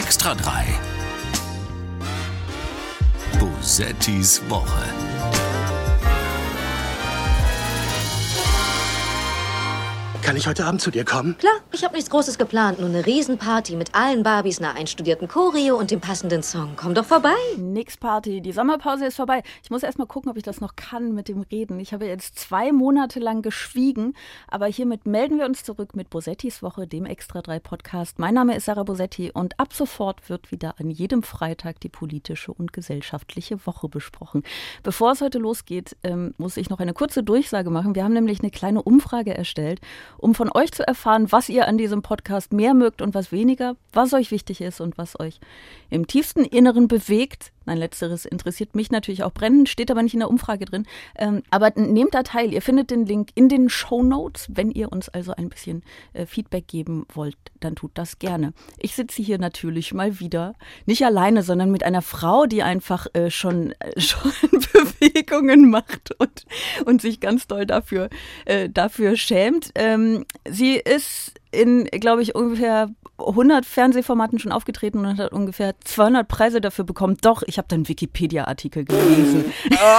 Extra 3. Bosettis Woche. Kann ich heute Abend zu dir kommen? Klar, ich habe nichts Großes geplant. Nur eine Riesenparty mit allen Barbies, einer einstudierten Choreo und dem passenden Song. Komm doch vorbei. Nix Party, die Sommerpause ist vorbei. Ich muss erst mal gucken, ob ich das noch kann mit dem Reden. Ich habe jetzt 2 Monate lang geschwiegen, aber hiermit melden wir uns zurück mit Bosettis Woche, dem Extra 3 Podcast. Mein Name ist Sarah Bosetti und ab sofort wird wieder an jedem Freitag die politische und gesellschaftliche Woche besprochen. Bevor es heute losgeht, muss ich noch eine kurze Durchsage machen. Wir haben nämlich eine kleine Umfrage erstellt, um von euch zu erfahren, was ihr an diesem Podcast mehr mögt und was weniger, was euch wichtig ist und was euch im tiefsten Inneren bewegt. Nein, letzteres interessiert mich natürlich auch brennend, steht aber nicht in der Umfrage drin. Aber nehmt da teil. Ihr findet den Link in den Shownotes. Wenn ihr uns also ein bisschen Feedback geben wollt, dann tut das gerne. Ich sitze hier natürlich mal wieder, nicht alleine, sondern mit einer Frau, die einfach schon Bewegungen macht und sich ganz doll dafür schämt. Sie ist in, glaube ich, ungefähr 100 Fernsehformaten schon aufgetreten und hat ungefähr 200 Preise dafür bekommen. Doch, ich habe da einen Wikipedia-Artikel gelesen.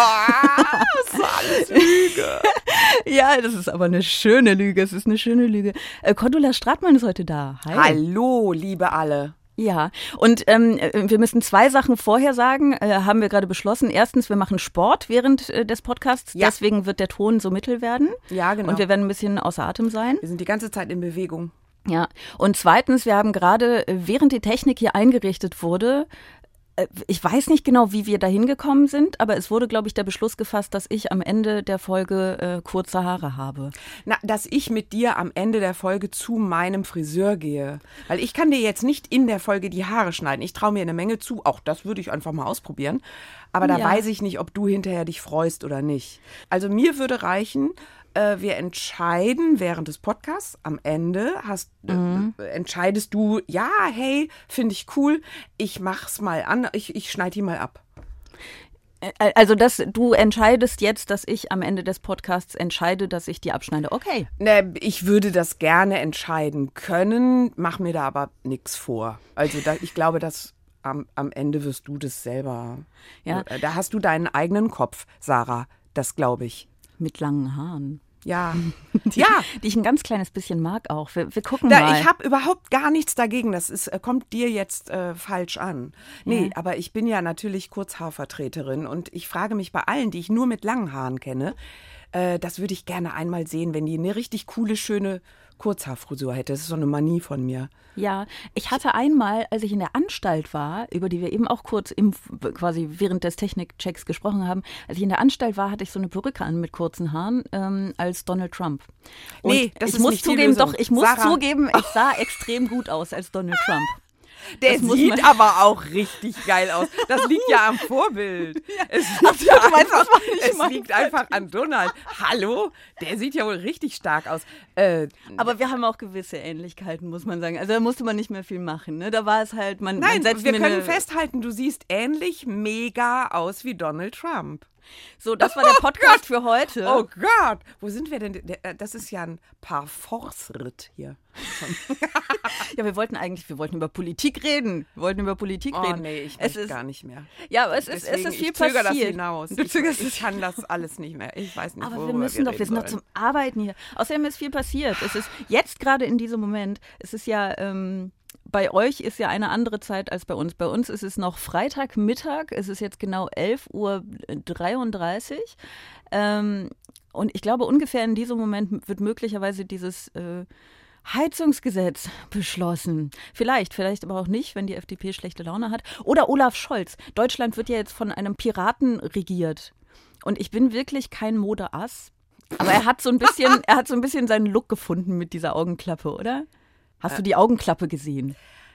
Das ist alles Lüge. Ja, das ist aber eine schöne Lüge. Es ist eine schöne Lüge. Cordula Stratmann ist heute da. Hi. Hallo, liebe alle. Ja, und wir müssen 2 Sachen vorher sagen, haben wir gerade beschlossen. Erstens, wir machen Sport während des Podcasts, ja. Deswegen wird der Ton so mittel werden. Ja, genau. Und wir werden ein bisschen außer Atem sein. Wir sind die ganze Zeit in Bewegung. Ja, und zweitens, wir haben gerade, während die Technik hier eingerichtet wurde, ich weiß nicht genau, wie wir da hingekommen sind, aber es wurde, glaube ich, der Beschluss gefasst, dass ich am Ende der Folge kurze Haare habe. Na, dass ich mit dir am Ende der Folge zu meinem Friseur gehe. Weil ich kann dir jetzt nicht in der Folge die Haare schneiden. Ich traue mir eine Menge zu. Auch das würde ich einfach mal ausprobieren. Aber da weiß ich nicht, ob du hinterher dich freust oder nicht. Also mir würde reichen, wir entscheiden während des Podcasts, am Ende entscheidest du, ja, hey, finde ich cool, ich mach's mal an, ich schneide die mal ab. Also du entscheidest jetzt, dass ich am Ende des Podcasts entscheide, dass ich die abschneide. Okay. Ne, ich würde das gerne entscheiden können, mach mir da aber nichts vor. Also ich glaube, dass am Ende wirst du das selber. Ja. Da hast du deinen eigenen Kopf, Sarah, das glaube ich. Mit langen Haaren. Ja. Die ich ein ganz kleines bisschen mag auch. Wir gucken mal. Ich habe überhaupt gar nichts dagegen. Das kommt dir jetzt falsch an. Nee, Ja. aber ich bin ja natürlich Kurzhaarvertreterin und ich frage mich bei allen, die ich nur mit langen Haaren kenne, das würde ich gerne einmal sehen, wenn die eine richtig coole, schöne Kurzhaarfrisur hätte. Das ist so eine Manie von mir. Ja, ich hatte einmal, als ich in der Anstalt war, über die wir eben auch kurz quasi während des Technikchecks gesprochen haben, als ich in der Anstalt war, hatte ich so eine Perücke an mit kurzen Haaren als Donald Trump. Und nee, das ist nicht die zugeben, Lösung. ich muss Sarah. zugeben, ich sah extrem gut aus als Donald Trump. Der sieht aber auch richtig geil aus. Das liegt ja am Vorbild. Es liegt einfach an Donald. Hallo? Der sieht ja wohl richtig stark aus. Aber wir haben auch gewisse Ähnlichkeiten, muss man sagen. Also da musste man nicht mehr viel machen. Ne? Da war es halt, man Nein, setzt wir mir können festhalten, du siehst ähnlich mega aus wie Donald Trump. So, das war der Podcast für heute. Oh Gott, wo sind wir denn? Das ist ja ein Parforce-Ritt hier. Ja, wir wollten über Politik reden. Oh nee, ich möchte gar nicht mehr. Ja, aber es ist viel passiert. Das hinaus. Du zögerst ich kann das alles nicht mehr. Ich weiß nicht, aber wir sind noch zum Arbeiten hier. Außerdem ist viel passiert. Es ist jetzt gerade in diesem Moment, es ist ja, bei euch ist ja eine andere Zeit als bei uns. Bei uns ist es noch Freitagmittag, es ist jetzt genau 11:33 Uhr. Und ich glaube, ungefähr in diesem Moment wird möglicherweise dieses Heizungsgesetz beschlossen. Vielleicht aber auch nicht, wenn die FDP schlechte Laune hat. Oder Olaf Scholz. Deutschland wird ja jetzt von einem Piraten regiert. Und ich bin wirklich kein Modeass. Aber er hat so ein bisschen seinen Look gefunden mit dieser Augenklappe, oder? Hast du die Augenklappe gesehen?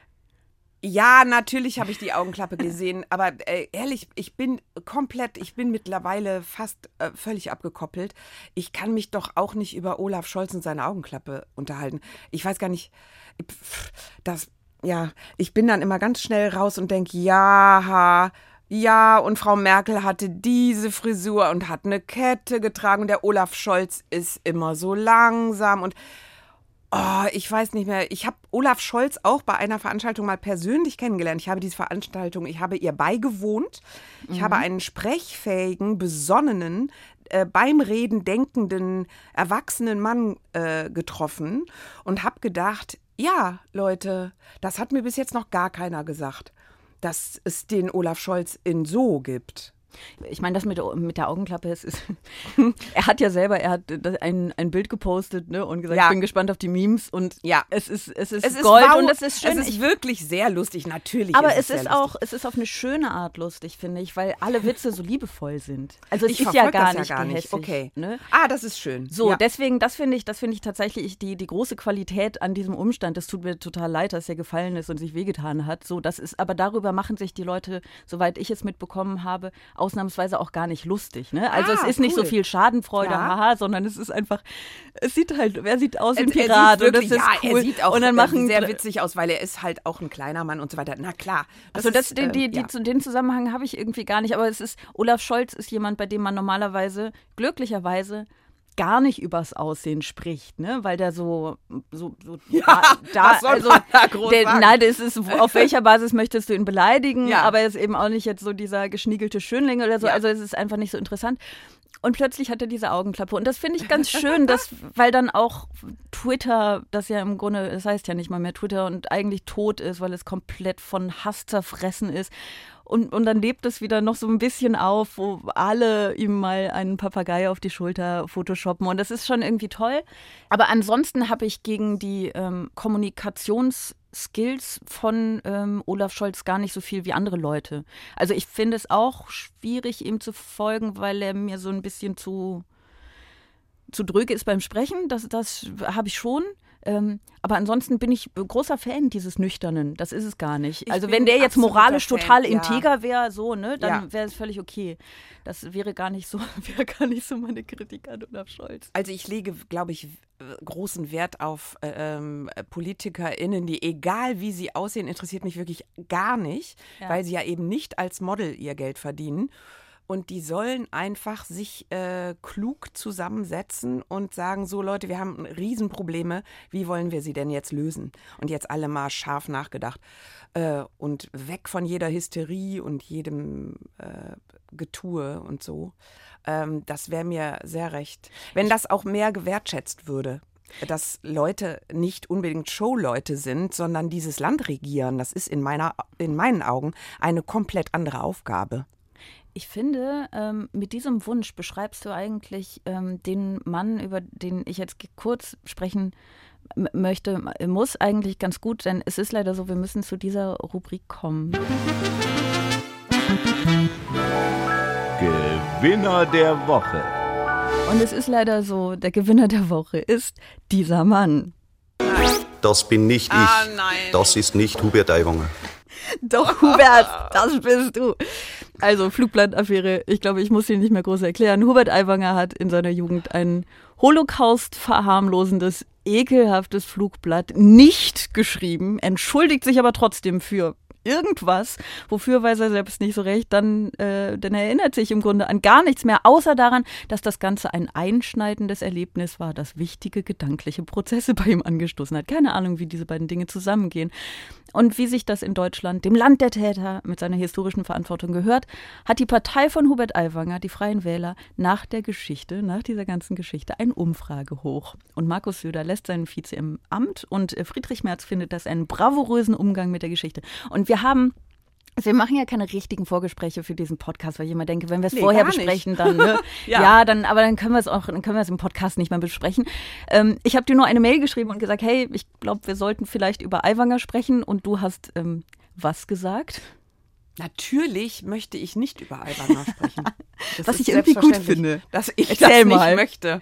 Ja, natürlich habe ich die Augenklappe gesehen, aber ehrlich, ich bin mittlerweile fast völlig abgekoppelt. Ich kann mich doch auch nicht über Olaf Scholz und seine Augenklappe unterhalten. Ich weiß gar nicht, ich bin dann immer ganz schnell raus und denke, ja, und Frau Merkel hatte diese Frisur und hat eine Kette getragen und der Olaf Scholz ist immer so langsam und Oh, ich weiß nicht mehr. Ich habe Olaf Scholz auch bei einer Veranstaltung mal persönlich kennengelernt. Ich habe ihr beigewohnt. Ich habe einen sprechfähigen, besonnenen, beim Reden denkenden, erwachsenen Mann getroffen und habe gedacht, ja, Leute, das hat mir bis jetzt noch gar keiner gesagt, dass es den Olaf Scholz in so gibt. Ich meine, das mit der Augenklappe, er hat ein Bild gepostet, ne, und gesagt, ich bin gespannt auf die Memes und es ist Gold und es ist schön. Es ist wirklich sehr lustig, natürlich. Aber es ist auf eine schöne Art lustig, finde ich, weil alle Witze so liebevoll sind. Also es ist ja gar nicht gehässig. Okay. Ne? Das ist schön. So, deswegen, das finde ich tatsächlich die große Qualität an diesem Umstand. Es tut mir total leid, dass er gefallen ist und sich wehgetan hat. So, aber darüber machen sich die Leute, soweit ich es mitbekommen habe, ausnahmsweise auch gar nicht lustig. Ne? Also es ist nicht so viel Schadenfreude, haha, sondern es ist einfach, er sieht aus wie ein Pirat und das ist cool. Er sieht auch und dann sehr witzig aus, weil er ist halt auch ein kleiner Mann und so weiter. Na klar. Den Zusammenhang habe ich irgendwie gar nicht, aber Olaf Scholz ist jemand, bei dem man normalerweise, glücklicherweise, gar nicht übers Aussehen spricht, ne? Weil der nein, das ist, auf welcher Basis möchtest du ihn beleidigen, aber er ist eben auch nicht jetzt so dieser geschniegelte Schönling oder so, also es ist einfach nicht so interessant. Und plötzlich hat er diese Augenklappe. Und das finde ich ganz schön, weil dann auch Twitter, das ja im Grunde, das heißt ja nicht mal mehr Twitter und eigentlich tot ist, weil es komplett von Hass zerfressen ist. Und dann lebt es wieder noch so ein bisschen auf, wo alle ihm mal einen Papagei auf die Schulter photoshoppen. Und das ist schon irgendwie toll. Aber ansonsten habe ich gegen die Kommunikationsskills von Olaf Scholz gar nicht so viel wie andere Leute. Also ich finde es auch schwierig, ihm zu folgen, weil er mir so ein bisschen zu dröge ist beim Sprechen. Das habe ich schon. Aber ansonsten bin ich großer Fan dieses Nüchternen. Das ist es gar nicht. Also wenn der jetzt moralisch total integer wäre, so, ne, dann wäre es völlig okay. Das wäre gar nicht so meine Kritik an Olaf Scholz. Also ich lege, glaube ich, großen Wert auf PolitikerInnen, die, egal wie sie aussehen, interessiert mich wirklich gar nicht, weil sie ja eben nicht als Model ihr Geld verdienen. Und die sollen einfach sich klug zusammensetzen und sagen, so Leute, wir haben Riesenprobleme, wie wollen wir sie denn jetzt lösen? Und jetzt alle mal scharf nachgedacht. Und weg von jeder Hysterie und jedem Getue und so. Das wäre mir sehr recht. Wenn das auch mehr gewertschätzt würde. Dass Leute nicht unbedingt Showleute sind, sondern dieses Land regieren. Das ist in meinen Augen eine komplett andere Aufgabe. Ich finde, mit diesem Wunsch beschreibst du eigentlich den Mann, über den ich jetzt kurz sprechen muss, eigentlich ganz gut, denn es ist leider so, wir müssen zu dieser Rubrik kommen. Gewinner der Woche. Und es ist leider so, der Gewinner der Woche ist dieser Mann. Das bin nicht ich. Nein. Das ist nicht Hubert Aiwanger. Doch, Hubert, das bist du. Also, Flugblattaffäre, ich glaube, ich muss sie nicht mehr groß erklären. Hubert Aiwanger hat in seiner Jugend ein Holocaust-verharmlosendes, ekelhaftes Flugblatt nicht geschrieben, entschuldigt sich aber trotzdem für irgendwas, wofür weiß er selbst nicht so recht, denn er erinnert sich im Grunde an gar nichts mehr, außer daran, dass das Ganze ein einschneidendes Erlebnis war, das wichtige gedankliche Prozesse bei ihm angestoßen hat. Keine Ahnung, wie diese beiden Dinge zusammengehen. Und wie sich das in Deutschland, dem Land der Täter, mit seiner historischen Verantwortung gehört, hat die Partei von Hubert Aiwanger, die Freien Wähler, nach dieser ganzen Geschichte, eine Umfrage hoch. Und Markus Söder lässt seinen Vize im Amt und Friedrich Merz findet das einen bravourösen Umgang mit der Geschichte. Und wir machen ja keine richtigen Vorgespräche für diesen Podcast, weil ich immer denke, wenn wir es vorher besprechen, dann, ne? Aber dann können wir es im Podcast nicht mehr besprechen. Ich habe dir nur eine Mail geschrieben und gesagt, hey, ich glaube, wir sollten vielleicht über Aiwanger sprechen und du hast was gesagt? Natürlich möchte ich nicht über Aiwanger sprechen. Was ich irgendwie gut finde. Dass ich Erzähl das mal. Nicht möchte.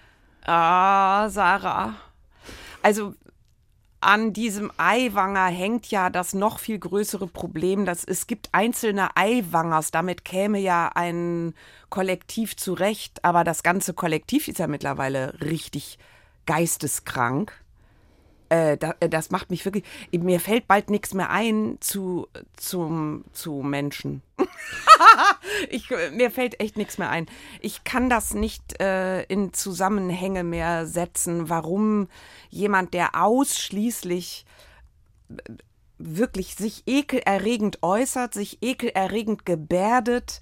Sarah. Also an diesem Aiwanger hängt ja das noch viel größere Problem, dass es gibt einzelne Aiwangers, damit käme ja ein Kollektiv zurecht, aber das ganze Kollektiv ist ja mittlerweile richtig geisteskrank. Das macht mich wirklich, mir fällt bald nichts mehr ein zu Menschen. Mir fällt echt nichts mehr ein. Ich kann das nicht in Zusammenhänge mehr setzen, warum jemand, der ausschließlich wirklich sich ekelerregend äußert, sich ekelerregend gebärdet,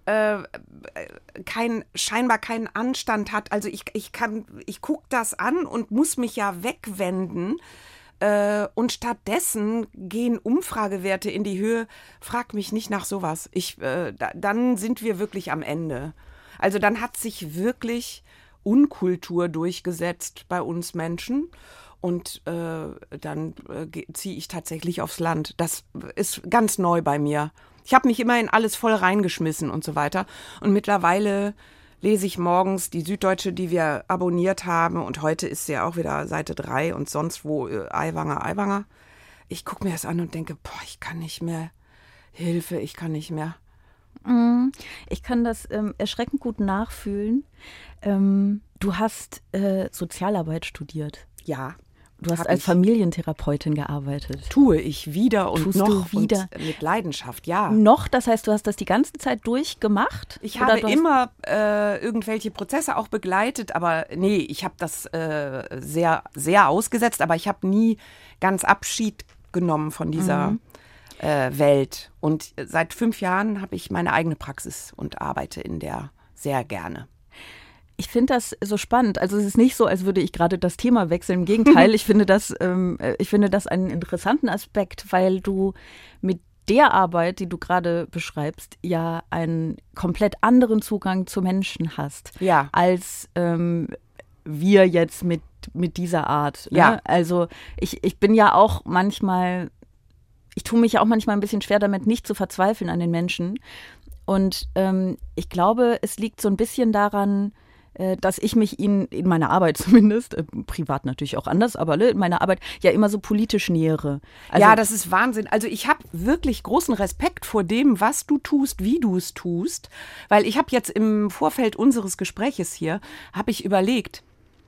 scheinbar keinen Anstand hat. Also ich gucke das an und muss mich ja wegwenden. Und stattdessen gehen Umfragewerte in die Höhe. Frag mich nicht nach sowas. Dann sind wir wirklich am Ende. Also dann hat sich wirklich Unkultur durchgesetzt bei uns Menschen. Und dann ziehe ich tatsächlich aufs Land. Das ist ganz neu bei mir. Ich habe mich immer in alles voll reingeschmissen und so weiter. Und mittlerweile lese ich morgens die Süddeutsche, die wir abonniert haben. Und heute ist sie ja auch wieder Seite 3 und sonst wo Aiwanger. Ich gucke mir das an und denke, boah, ich kann nicht mehr. Hilfe, ich kann nicht mehr. Ich kann das erschreckend gut nachfühlen. Du hast Sozialarbeit studiert. Ja. Du hast als Familientherapeutin gearbeitet. Tue ich wieder und Tust noch du wieder? Und mit Leidenschaft, ja. Noch? Das heißt, du hast das die ganze Zeit durchgemacht? Ich habe immer irgendwelche Prozesse auch begleitet, aber nee, ich habe das sehr, sehr ausgesetzt, aber ich habe nie ganz Abschied genommen von dieser Welt. Und seit 5 Jahren habe ich meine eigene Praxis und arbeite in der sehr gerne. Ich finde das so spannend. Also es ist nicht so, als würde ich gerade das Thema wechseln. Im Gegenteil, ich finde das einen interessanten Aspekt, weil du mit der Arbeit, die du gerade beschreibst, ja einen komplett anderen Zugang zu Menschen hast, ja, als wir jetzt mit dieser Art. Ne? Ja. Also ich bin ja auch manchmal, ich tue mich ja auch manchmal ein bisschen schwer damit, nicht zu verzweifeln an den Menschen. Und ich glaube, es liegt so ein bisschen daran, dass ich mich in meiner Arbeit zumindest, privat natürlich auch anders, aber in meiner Arbeit ja immer so politisch nähere. Also, ja, das ist Wahnsinn. Also ich habe wirklich großen Respekt vor dem, was du tust, wie du es tust, weil ich habe jetzt im Vorfeld unseres Gespräches hier, habe ich überlegt,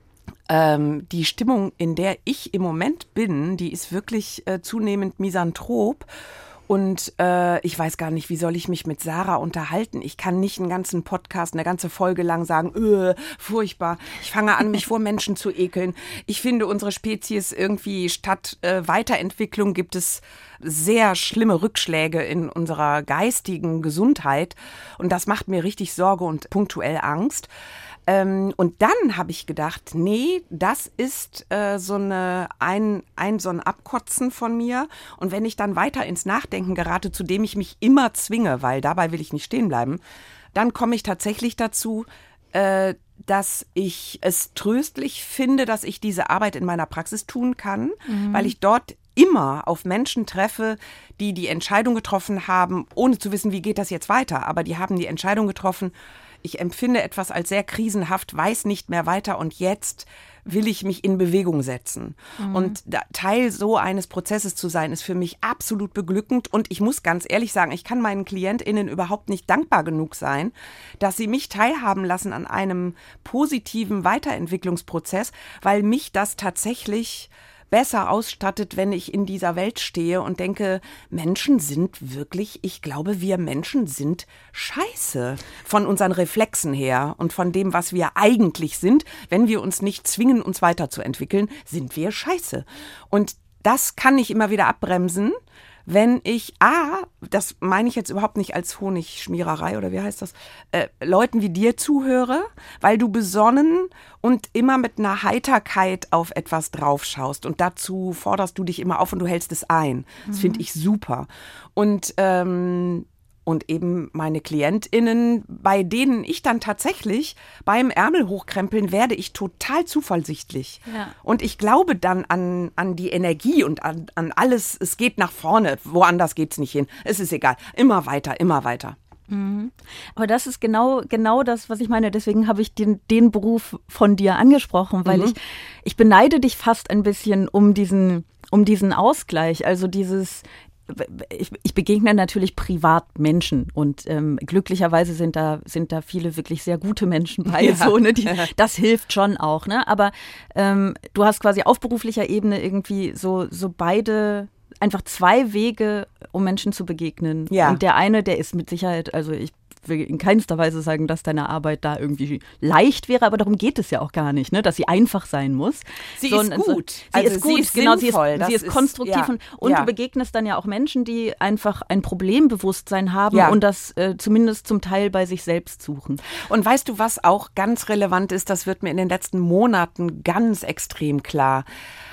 die Stimmung, in der ich im Moment bin, die ist wirklich zunehmend misanthrop. Und ich weiß gar nicht, wie soll ich mich mit Sarah unterhalten? Ich kann nicht einen ganzen Podcast, eine ganze Folge lang sagen, furchtbar. Ich fange an, mich vor Menschen zu ekeln. Ich finde, unsere Spezies irgendwie statt Weiterentwicklung gibt es sehr schlimme Rückschläge in unserer geistigen Gesundheit. Und das macht mir richtig Sorge und punktuell Angst. Und dann habe ich gedacht, nee, das ist so ein Abkotzen von mir. Und wenn ich dann weiter ins Nachdenken gerate, zu dem ich mich immer zwinge, weil dabei will ich nicht stehen bleiben, dann komme ich tatsächlich dazu, dass ich es tröstlich finde, dass ich diese Arbeit in meiner Praxis tun kann, weil ich dort immer auf Menschen treffe, die die Entscheidung getroffen haben, ohne zu wissen, wie geht das jetzt weiter. Aber die haben die Entscheidung getroffen, ich empfinde etwas als sehr krisenhaft, weiß nicht mehr weiter und jetzt will ich mich in Bewegung setzen. Und Teil so eines Prozesses zu sein, ist für mich absolut beglückend. Und ich muss ganz ehrlich sagen, ich kann meinen KlientInnen überhaupt nicht dankbar genug sein, dass sie mich teilhaben lassen an einem positiven Weiterentwicklungsprozess, weil mich das tatsächlich besser ausstattet, wenn ich in dieser Welt stehe und denke, Menschen sind wirklich, ich glaube, wir Menschen sind scheiße von unseren Reflexen her und von dem, was wir eigentlich sind. Wenn wir uns nicht zwingen, uns weiterzuentwickeln, sind wir scheiße. Und das kann ich immer wieder abbremsen, wenn ich, das meine ich jetzt überhaupt nicht als Honigschmiererei oder wie heißt das, Leuten wie dir zuhöre, weil du besonnen und immer mit einer Heiterkeit auf etwas draufschaust und dazu forderst du dich immer auf und du hältst es ein. Das finde ich super. Und eben meine KlientInnen, bei denen ich dann tatsächlich beim Ärmel hochkrempeln werde ich total zuversichtlich. Ja. Und ich glaube dann an die Energie und an alles, es geht nach vorne, woanders geht es nicht hin. Es ist egal, immer weiter, immer weiter. Aber das ist genau das, was ich meine. Deswegen habe ich den Beruf von dir angesprochen, weil ich beneide dich fast ein bisschen um diesen Ausgleich, also dieses. Ich begegne natürlich privat Menschen und glücklicherweise sind da viele wirklich sehr gute Menschen bei. Ja. So, ne, das hilft schon auch. Ne? Aber du hast quasi auf beruflicher Ebene irgendwie so beide einfach zwei Wege, um Menschen zu begegnen. Ja. Und der eine, der ist mit Sicherheit, also ich will in keinster Weise sagen, dass deine Arbeit da irgendwie leicht wäre, aber darum geht es ja auch gar nicht, ne? Dass sie einfach sein muss. Sie ist gut. Sie ist gut, genau, sinnvoll. Sie ist konstruktiv und du begegnest dann ja auch Menschen, die einfach ein Problembewusstsein haben und das zumindest zum Teil bei sich selbst suchen. Und weißt du, was auch ganz relevant ist, das wird mir in den letzten Monaten ganz extrem klar.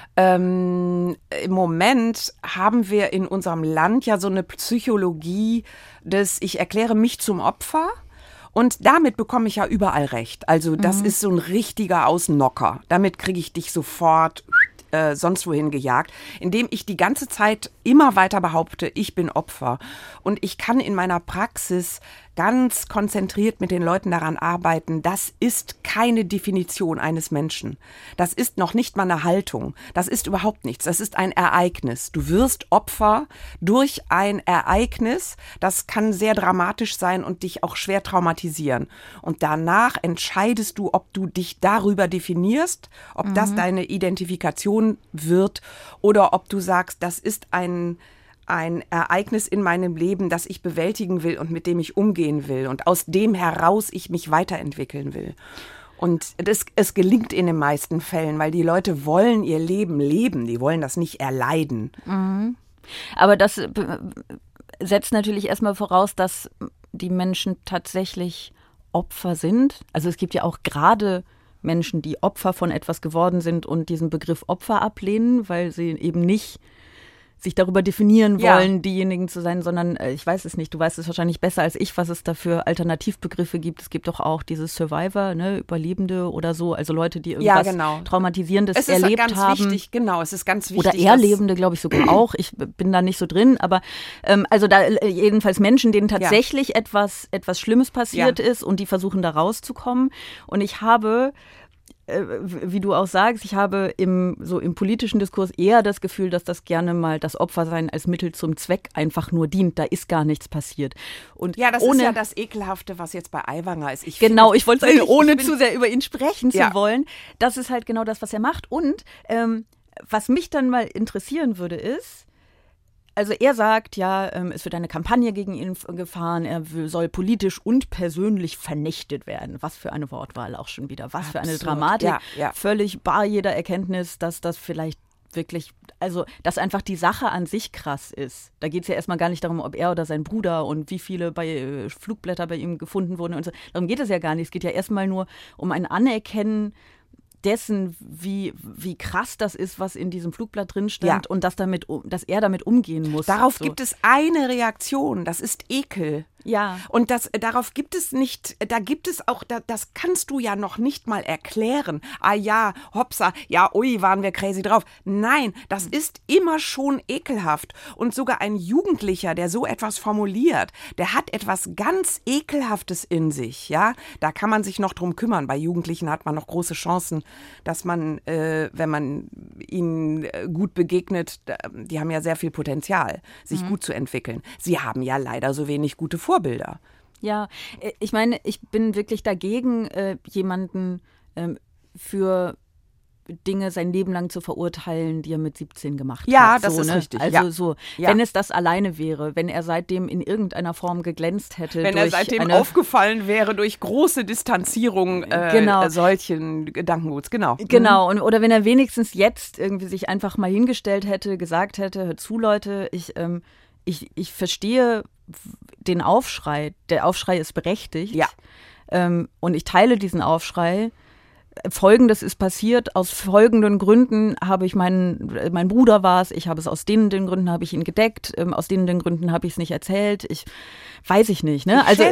Im Moment haben wir in unserem Land ja so eine Psychologie des ich erkläre mich zum Opfer und damit bekomme ich ja überall recht. Also das ist so ein richtiger Ausnocker. Damit kriege ich dich sofort sonst wohin gejagt, indem ich die ganze Zeit immer weiter behaupte, ich bin Opfer. Und ich kann in meiner Praxis ganz konzentriert mit den Leuten daran arbeiten, das ist keine Definition eines Menschen. Das ist noch nicht mal eine Haltung. Das ist überhaupt nichts. Das ist ein Ereignis. Du wirst Opfer durch ein Ereignis. Das kann sehr dramatisch sein und dich auch schwer traumatisieren. Und danach entscheidest du, ob du dich darüber definierst, ob das deine Identifikation wird oder ob du sagst, das ist ein Ereignis in meinem Leben, das ich bewältigen will und mit dem ich umgehen will und aus dem heraus ich mich weiterentwickeln will. Und es gelingt in den meisten Fällen, weil die Leute wollen ihr Leben leben, die wollen das nicht erleiden. Mhm. Aber das setzt natürlich erstmal voraus, dass die Menschen tatsächlich Opfer sind. Also es gibt ja auch gerade Menschen, die Opfer von etwas geworden sind und diesen Begriff Opfer ablehnen, weil sie eben nicht sich darüber definieren wollen, diejenigen zu sein, sondern ich weiß es nicht, du weißt es wahrscheinlich besser als ich, was es da für Alternativbegriffe gibt. Es gibt doch auch diese Survivor, ne, Überlebende oder so, also Leute, die irgendwas Traumatisierendes erlebt haben. Es ist ganz wichtig, genau, es ist ganz wichtig. Oder Erlebende, glaube ich sogar auch. Ich bin da nicht so drin, aber also da jedenfalls Menschen, denen tatsächlich etwas Schlimmes passiert ist und die versuchen da rauszukommen. Und ich habe wie du auch sagst, ich habe im politischen Diskurs eher das Gefühl, dass das gerne mal das Opfersein als Mittel zum Zweck einfach nur dient. Da ist gar nichts passiert. Und das ist ja das Ekelhafte, was jetzt bei Aiwanger ist. Ich wollte sagen, ohne zu sehr über ihn sprechen zu wollen. Das ist halt genau das, was er macht. Und was mich dann mal interessieren würde, ist, also er sagt, es wird eine Kampagne gegen ihn gefahren, er soll politisch und persönlich vernichtet werden. Was für eine Wortwahl auch schon wieder, was für eine Dramatik. Ja. Völlig bar jeder Erkenntnis, dass das vielleicht wirklich, also dass einfach die Sache an sich krass ist. Da geht es ja erstmal gar nicht darum, ob er oder sein Bruder und wie viele Flugblätter bei ihm gefunden wurden und so. Darum geht es ja gar nicht. Es geht ja erstmal nur um ein Anerkennen dessen, wie krass das ist, was in diesem Flugblatt drin stand und dass er damit umgehen muss. Darauf gibt es eine Reaktion, das ist Ekel. Ja. Und darauf gibt es nicht, da gibt es auch, das kannst du ja noch nicht mal erklären. Ah ja, hopsa, ja, ui, waren wir crazy drauf. Nein, das ist immer schon ekelhaft. Und sogar ein Jugendlicher, der so etwas formuliert, der hat etwas ganz Ekelhaftes in sich, ja. Da kann man sich noch drum kümmern. Bei Jugendlichen hat man noch große Chancen, dass man, wenn man ihnen gut begegnet, die haben ja sehr viel Potenzial, sich gut zu entwickeln. Sie haben ja leider so wenig gute Vorbilder. Ja, ich meine, ich bin wirklich dagegen, jemanden für Dinge sein Leben lang zu verurteilen, die er mit 17 gemacht hat. Ja, das ist richtig. Also wenn es das alleine wäre, wenn er seitdem in irgendeiner Form geglänzt hätte. Wenn er seitdem aufgefallen wäre durch große Distanzierung solchen Gedankenguts, genau. Genau, oder wenn er wenigstens jetzt irgendwie sich einfach mal hingestellt hätte, gesagt hätte, hört zu, Leute, ich verstehe den Aufschrei. Der Aufschrei ist berechtigt. Ja. Und ich teile diesen Aufschrei. Folgendes ist passiert, aus folgenden Gründen habe ich mein Bruder war es, ich habe es aus den Gründen habe ich ihn gedeckt, aus den Gründen habe ich es nicht erzählt, weiß ich nicht. Ne? Ich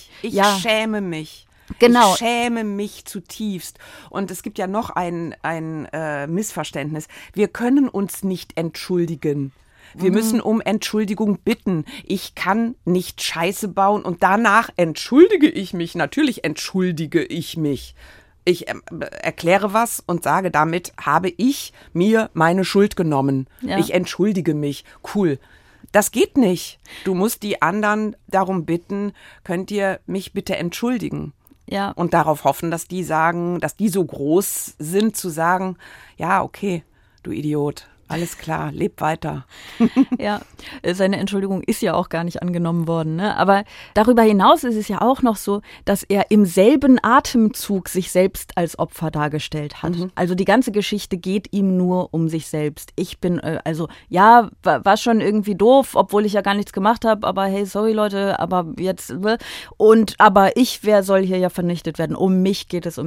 schäme mich. Genau. Ich schäme mich zutiefst. Und es gibt ja noch ein Missverständnis. Wir können uns nicht entschuldigen. Wir müssen um Entschuldigung bitten. Ich kann nicht Scheiße bauen und danach entschuldige ich mich. Natürlich entschuldige ich mich. Ich erkläre was und sage, damit habe ich mir meine Schuld genommen. Ja. Ich entschuldige mich. Cool. Das geht nicht. Du musst die anderen darum bitten, könnt ihr mich bitte entschuldigen? Ja. Und darauf hoffen, dass die sagen, dass die so groß sind, zu sagen, ja, okay, du Idiot. Alles klar, leb weiter. Ja, seine Entschuldigung ist ja auch gar nicht angenommen worden. Ne? Aber darüber hinaus ist es ja auch noch so, dass er im selben Atemzug sich selbst als Opfer dargestellt hat. Also die ganze Geschichte geht ihm nur um sich selbst. Ich bin, war schon irgendwie doof, obwohl ich ja gar nichts gemacht habe. Aber hey, sorry Leute, aber jetzt, aber wer soll hier ja vernichtet werden? Um mich geht es.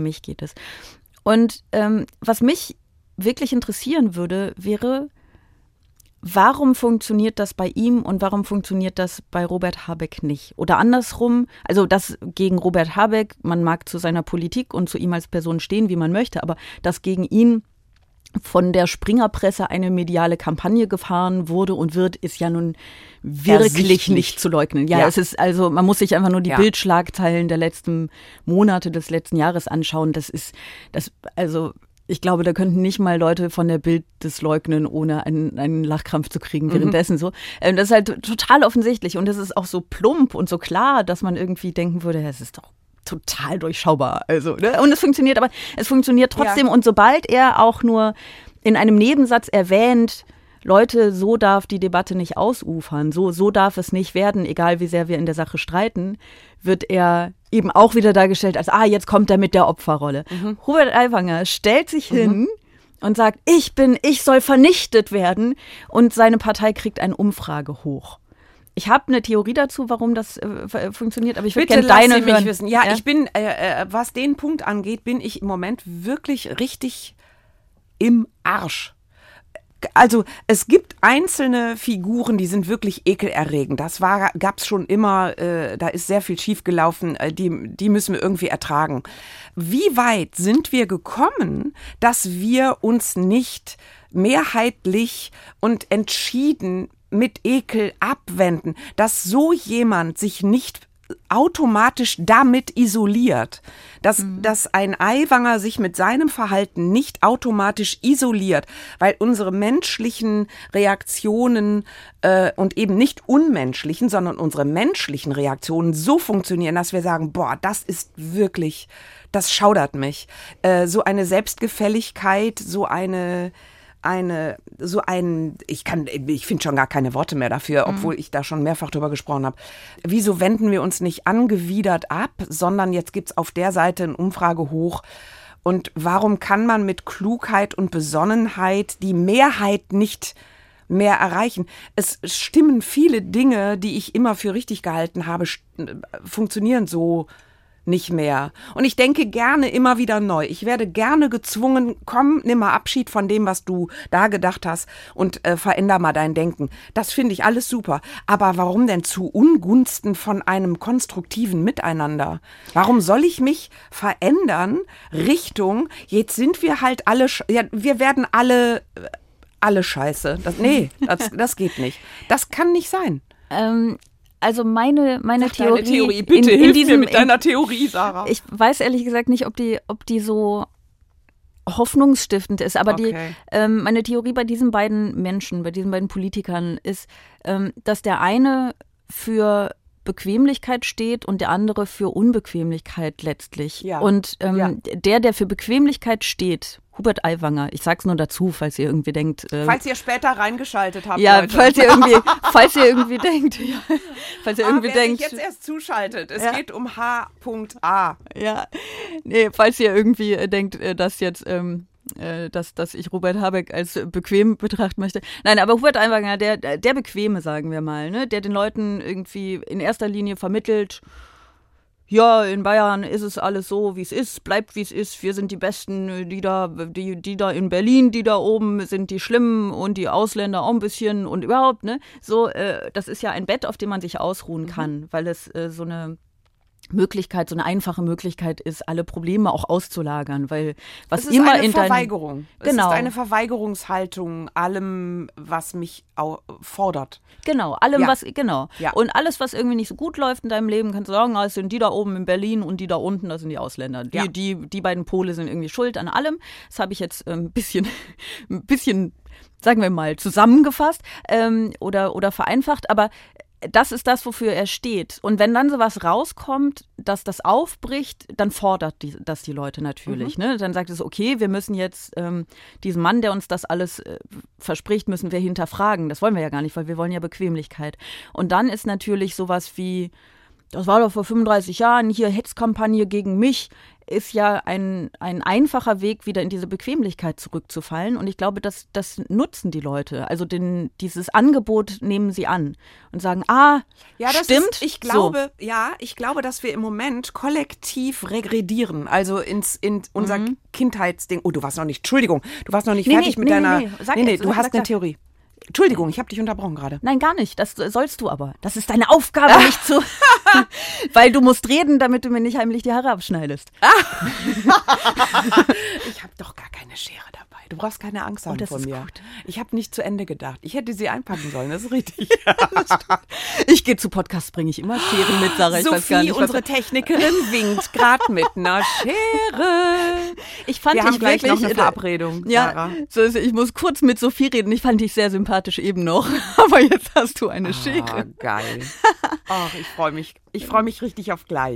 Und was mich wirklich interessieren würde, wäre, warum funktioniert das bei ihm und warum funktioniert das bei Robert Habeck nicht? Oder andersrum, also das gegen Robert Habeck, man mag zu seiner Politik und zu ihm als Person stehen, wie man möchte, aber dass gegen ihn von der Springerpresse eine mediale Kampagne gefahren wurde und wird, ist ja nun wirklich nicht zu leugnen. Ja, es ist, also man muss sich einfach nur die Bildschlagzeilen der letzten Monate, des letzten Jahres anschauen. Ich glaube, da könnten nicht mal Leute von der Bild das leugnen, ohne einen Lachkrampf zu kriegen währenddessen so. Das ist halt total offensichtlich und das ist auch so plump und so klar, dass man irgendwie denken würde, es ist doch total durchschaubar. Also, ne? Und es funktioniert, aber es funktioniert trotzdem. Ja. Und sobald er auch nur in einem Nebensatz erwähnt, Leute, so darf die Debatte nicht ausufern, so darf es nicht werden, egal wie sehr wir in der Sache streiten, wird er eben auch wieder dargestellt als, jetzt kommt er mit der Opferrolle. Hubert Aiwanger stellt sich hin und sagt, ich soll vernichtet werden und seine Partei kriegt eine Umfrage hoch. Ich habe eine Theorie dazu, warum das funktioniert, aber ich würde gerne deine hören. Mich wissen. Ja, ich bin, was den Punkt angeht, bin ich im Moment wirklich richtig im Arsch. Also es gibt einzelne Figuren, die sind wirklich ekelerregend. Gab's schon immer, da ist sehr viel schiefgelaufen, die müssen wir irgendwie ertragen. Wie weit sind wir gekommen, dass wir uns nicht mehrheitlich und entschieden mit Ekel abwenden, dass so jemand sich nicht automatisch damit isoliert, dass ein Aiwanger sich mit seinem Verhalten nicht automatisch isoliert, weil unsere menschlichen Reaktionen und eben nicht unmenschlichen, sondern unsere menschlichen Reaktionen so funktionieren, dass wir sagen, boah, das ist wirklich, das schaudert mich. So eine Selbstgefälligkeit, ich finde schon gar keine Worte mehr dafür, obwohl ich da schon mehrfach drüber gesprochen habe. Wieso wenden wir uns nicht angewidert ab, sondern jetzt gibt's auf der Seite eine Umfrage hoch. Und warum kann man mit Klugheit und Besonnenheit die Mehrheit nicht mehr erreichen? Es stimmen viele Dinge, die ich immer für richtig gehalten habe, funktionieren so nicht mehr. Und ich denke gerne immer wieder neu. Ich werde gerne gezwungen, komm, nimm mal Abschied von dem, was du da gedacht hast und veränder mal dein Denken. Das finde ich alles super. Aber warum denn zu Ungunsten von einem konstruktiven Miteinander? Warum soll ich mich verändern Richtung, jetzt sind wir halt alle, wir werden alle scheiße. Das geht nicht. Das kann nicht sein. Also meine Theorie. Bitte hilf mir mit deiner Theorie, Sarah. Ich weiß ehrlich gesagt nicht, ob die so hoffnungsstiftend ist. Aber meine Theorie bei diesen beiden Menschen, bei diesen beiden Politikern ist, dass der eine für Bequemlichkeit steht und der andere für Unbequemlichkeit letztlich. Ja. Und der für Bequemlichkeit steht, Hubert Aiwanger, ich sag's nur dazu, falls ihr irgendwie denkt. Falls ihr später reingeschaltet habt. Ja, Leute. falls ihr irgendwie denkt. Ja, falls ihr irgendwie denkt. Wer sich jetzt erst zuschaltet, es geht um H.A. Ja, nee, falls ihr irgendwie denkt, dass jetzt dass ich Robert Habeck als bequem betrachten möchte. Nein, aber Hubert Aiwanger, der Bequeme, sagen wir mal, ne, der den Leuten irgendwie in erster Linie vermittelt, ja, in Bayern ist es alles so, wie es ist, bleibt wie es ist, wir sind die Besten, die da in Berlin, die da oben sind die Schlimmen und die Ausländer auch ein bisschen und überhaupt, ne, so, das ist ja ein Bett, auf dem man sich ausruhen kann, weil es so eine einfache Möglichkeit ist, alle Probleme auch auszulagern, weil was immer in deinem... Verweigerung. Genau. Es ist eine Verweigerungshaltung allem, was mich fordert. Genau, Ja. Und alles, was irgendwie nicht so gut läuft in deinem Leben, kannst du sagen, es sind die da oben in Berlin und die da unten, das sind die Ausländer. Die beiden Pole sind irgendwie schuld an allem. Das habe ich jetzt ein bisschen, sagen wir mal, zusammengefasst oder vereinfacht, aber das ist das, wofür er steht. Und wenn dann sowas rauskommt, dass das aufbricht, dann fordert das die Leute natürlich. Ne? Dann sagt es, okay, wir müssen jetzt diesen Mann, der uns das alles verspricht, müssen wir hinterfragen. Das wollen wir ja gar nicht, weil wir wollen ja Bequemlichkeit. Und dann ist natürlich sowas wie, das war doch vor 35 Jahren, hier Hetzkampagne gegen mich, ist ja ein einfacher Weg, wieder in diese Bequemlichkeit zurückzufallen. Und ich glaube, das nutzen die Leute. Also dieses Angebot nehmen sie an und sagen, stimmt. Ich glaube, dass wir im Moment kollektiv regredieren. Also in unser Kindheitsding. Oh, du warst noch nicht, Entschuldigung, du warst noch nicht fertig mit deiner. Du hast eine Theorie. Entschuldigung, ich habe dich unterbrochen gerade. Nein, gar nicht. Das sollst du aber. Das ist deine Aufgabe, nicht zu. Weil du musst reden, damit du mir nicht heimlich die Haare abschneidest. Ich habe doch gar keine Schere dabei. Du brauchst keine Angst haben von mir. Gut. Ich habe nicht zu Ende gedacht. Ich hätte sie einpacken sollen, das ist richtig. Ich gehe zu Podcasts, bringe ich immer Scheren mit, Sarah. Ich weiß gar nicht, unsere Technikerin, winkt gerade mit einer Schere. Wir haben gleich noch eine Verabredung, Sarah. Ja, ich muss kurz mit Sophie reden. Ich fand dich sehr sympathisch eben noch. Aber jetzt hast du eine Schere. Geil. Ach, ich freue mich. Ich freue mich richtig auf gleich.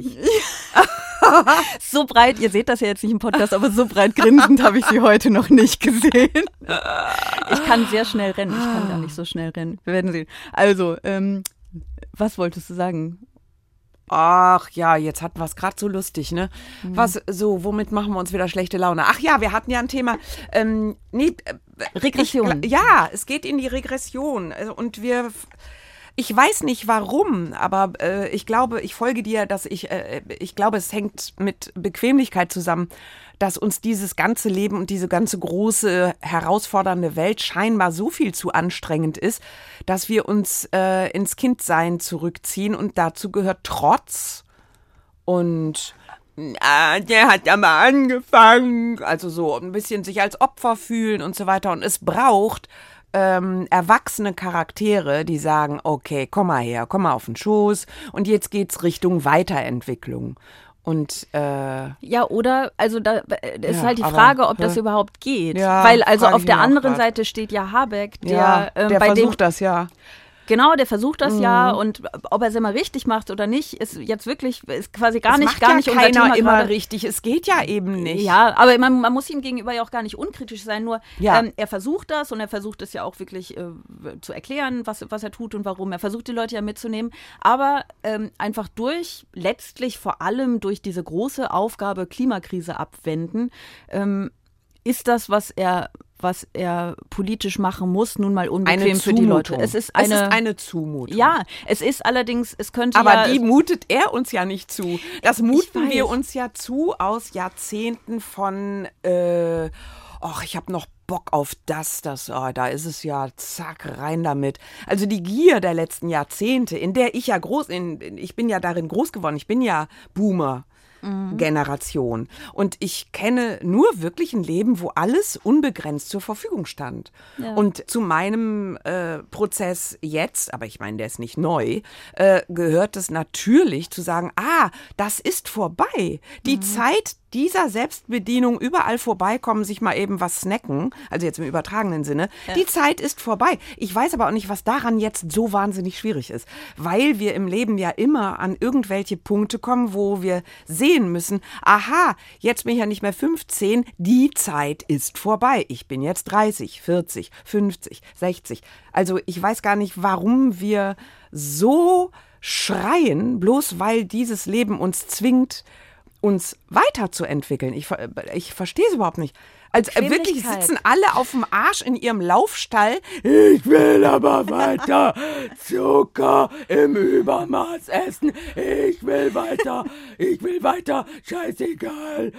So breit, ihr seht das ja jetzt nicht im Podcast, aber so breit grinsend habe ich sie heute noch nicht gesehen. Ich kann sehr schnell rennen, ich kann gar nicht so schnell rennen. Wir werden sehen. Also, was wolltest du sagen? Ach ja, jetzt hatten wir es gerade so lustig, ne? Womit machen wir uns wieder schlechte Laune? Ach ja, wir hatten ja ein Thema. Regression. Es geht in die Regression. Und ich weiß nicht warum, aber ich glaube, ich folge dir, dass ich glaube, es hängt mit Bequemlichkeit zusammen, dass uns dieses ganze Leben und diese ganze große, herausfordernde Welt scheinbar so viel zu anstrengend ist, dass wir uns ins Kindsein zurückziehen und dazu gehört Trotz und der hat ja mal angefangen, also so ein bisschen sich als Opfer fühlen und so weiter und es braucht erwachsene Charaktere, die sagen, okay, komm mal her, komm mal auf den Schoß und jetzt geht's Richtung Weiterentwicklung. Und oder, also da ist halt die Frage, ob das überhaupt geht. Ja, weil also auf der anderen Seite steht ja Habeck, der versucht das ja. Genau, der versucht das ja und ob er es immer richtig macht oder nicht, ist jetzt wirklich ist quasi gar nicht unser Thema immer gerade. Richtig. Es geht ja eben nicht. Ja, aber man muss ihm gegenüber ja auch gar nicht unkritisch sein. Nur er versucht das und er versucht es ja auch wirklich zu erklären, was er tut und warum. Er versucht die Leute ja mitzunehmen, aber einfach letztlich vor allem durch diese große Aufgabe Klimakrise abwenden, ist das, was er politisch machen muss, nun mal unbequem für die Leute. Es ist eine Zumutung. Ja, es ist allerdings, es könnte aber die mutet er uns ja nicht zu. Das muten wir uns ja zu aus Jahrzehnten von ich habe noch Bock auf da ist es ja, zack, rein damit. Also die Gier der letzten Jahrzehnte, in der ich bin ja darin groß geworden, ich bin ja Boomer. Generation. Und ich kenne nur wirklich ein Leben, wo alles unbegrenzt zur Verfügung stand. Ja. Und zu meinem Prozess jetzt, aber ich meine, der ist nicht neu, gehört es natürlich zu sagen, das ist vorbei. Die Zeit dieser Selbstbedienung, überall vorbeikommen, sich mal eben was snacken, also jetzt im übertragenen Sinne, die Zeit ist vorbei. Ich weiß aber auch nicht, was daran jetzt so wahnsinnig schwierig ist, weil wir im Leben ja immer an irgendwelche Punkte kommen, wo wir sehen müssen, jetzt bin ich ja nicht mehr 15, die Zeit ist vorbei. Ich bin jetzt 30, 40, 50, 60. Also ich weiß gar nicht, warum wir so schreien, bloß weil dieses Leben uns zwingt, uns weiterzuentwickeln. Ich verstehe es überhaupt nicht. Also wirklich sitzen alle auf dem Arsch in ihrem Laufstall. Ich will aber weiter Zucker im Übermaß essen. Ich will weiter. Scheißegal.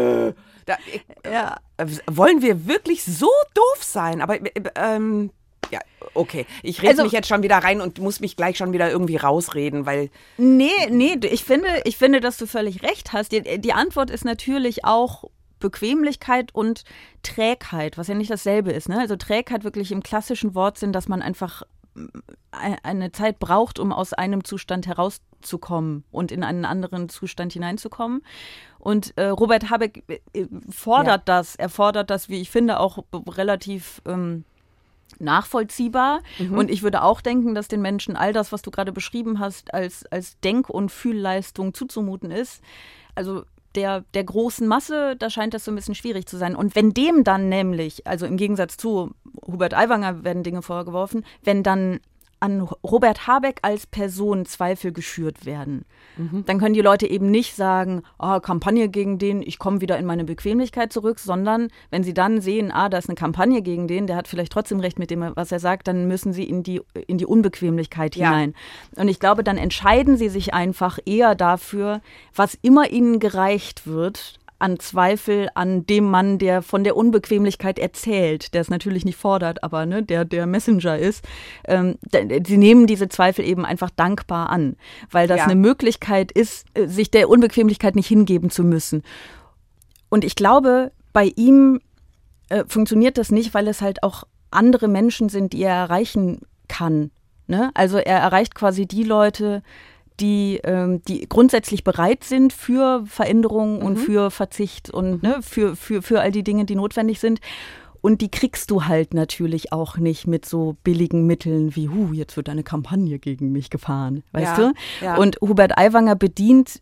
Wollen wir wirklich so doof sein? Aber ja, okay. Ich rede mich jetzt schon wieder rein und muss mich gleich schon wieder irgendwie rausreden, weil... Nee, ich finde, dass du völlig recht hast. Die Antwort ist natürlich auch Bequemlichkeit und Trägheit, was ja nicht dasselbe ist. Ne? Also Trägheit wirklich im klassischen Wortsinn, dass man einfach eine Zeit braucht, um aus einem Zustand herauszukommen und in einen anderen Zustand hineinzukommen. Und Robert Habeck fordert das. Er fordert das, wie ich finde, auch relativ nachvollziehbar. Und ich würde auch denken, dass den Menschen all das, was du gerade beschrieben hast, als Denk- und Fühlleistung zuzumuten ist. Also der großen Masse, da scheint das so ein bisschen schwierig zu sein. Und wenn dem dann nämlich, also im Gegensatz zu Hubert Aiwanger werden Dinge vorgeworfen, wenn dann an Robert Habeck als Person Zweifel geschürt werden, dann können die Leute eben nicht sagen, Kampagne gegen den, ich komme wieder in meine Bequemlichkeit zurück, sondern wenn sie dann sehen, da ist eine Kampagne gegen den, der hat vielleicht trotzdem recht mit dem, was er sagt, dann müssen sie in die Unbequemlichkeit hinein. Und ich glaube, dann entscheiden sie sich einfach eher dafür, was immer ihnen gereicht wird, an Zweifel an dem Mann, der von der Unbequemlichkeit erzählt, der es natürlich nicht fordert, aber ne, der Messenger ist. Sie nehmen diese Zweifel eben einfach dankbar an, weil das eine Möglichkeit ist, sich der Unbequemlichkeit nicht hingeben zu müssen. Und ich glaube, bei ihm funktioniert das nicht, weil es halt auch andere Menschen sind, die er erreichen kann. Ne? Also er erreicht quasi die Leute, die grundsätzlich bereit sind für Veränderungen und für Verzicht und ne, für all die Dinge, die notwendig sind. Und die kriegst du halt natürlich auch nicht mit so billigen Mitteln wie, jetzt wird eine Kampagne gegen mich gefahren, weißt du? Ja. Und Hubert Aiwanger bedient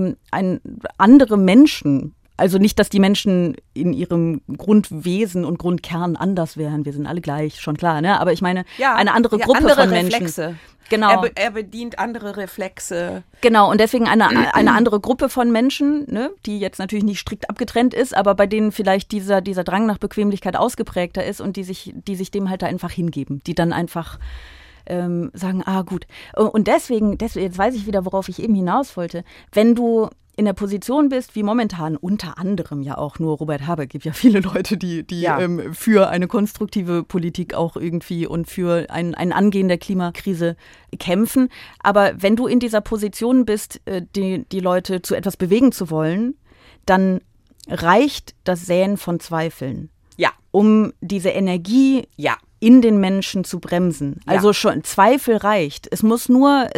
andere Menschen. Also nicht, dass die Menschen in ihrem Grundwesen und Grundkern anders wären. Wir sind alle gleich, schon klar, ne? Aber ich meine, eine andere Gruppe andere von Menschen. Reflexe. Genau. Er bedient andere Reflexe. Genau, und deswegen eine andere Gruppe von Menschen, ne, die jetzt natürlich nicht strikt abgetrennt ist, aber bei denen vielleicht dieser Drang nach Bequemlichkeit ausgeprägter ist und die sich dem halt da einfach hingeben, die dann einfach sagen, gut. Und deswegen, jetzt weiß ich wieder, worauf ich eben hinaus wollte, wenn du in der Position bist, wie momentan unter anderem ja auch nur Robert Habeck, gibt ja viele Leute, die für eine konstruktive Politik auch irgendwie und für ein Angehen der Klimakrise kämpfen. Aber wenn du in dieser Position bist, die Leute zu etwas bewegen zu wollen, dann reicht das Säen von Zweifeln, um diese Energie in den Menschen zu bremsen. Also schon Zweifel reicht. Es muss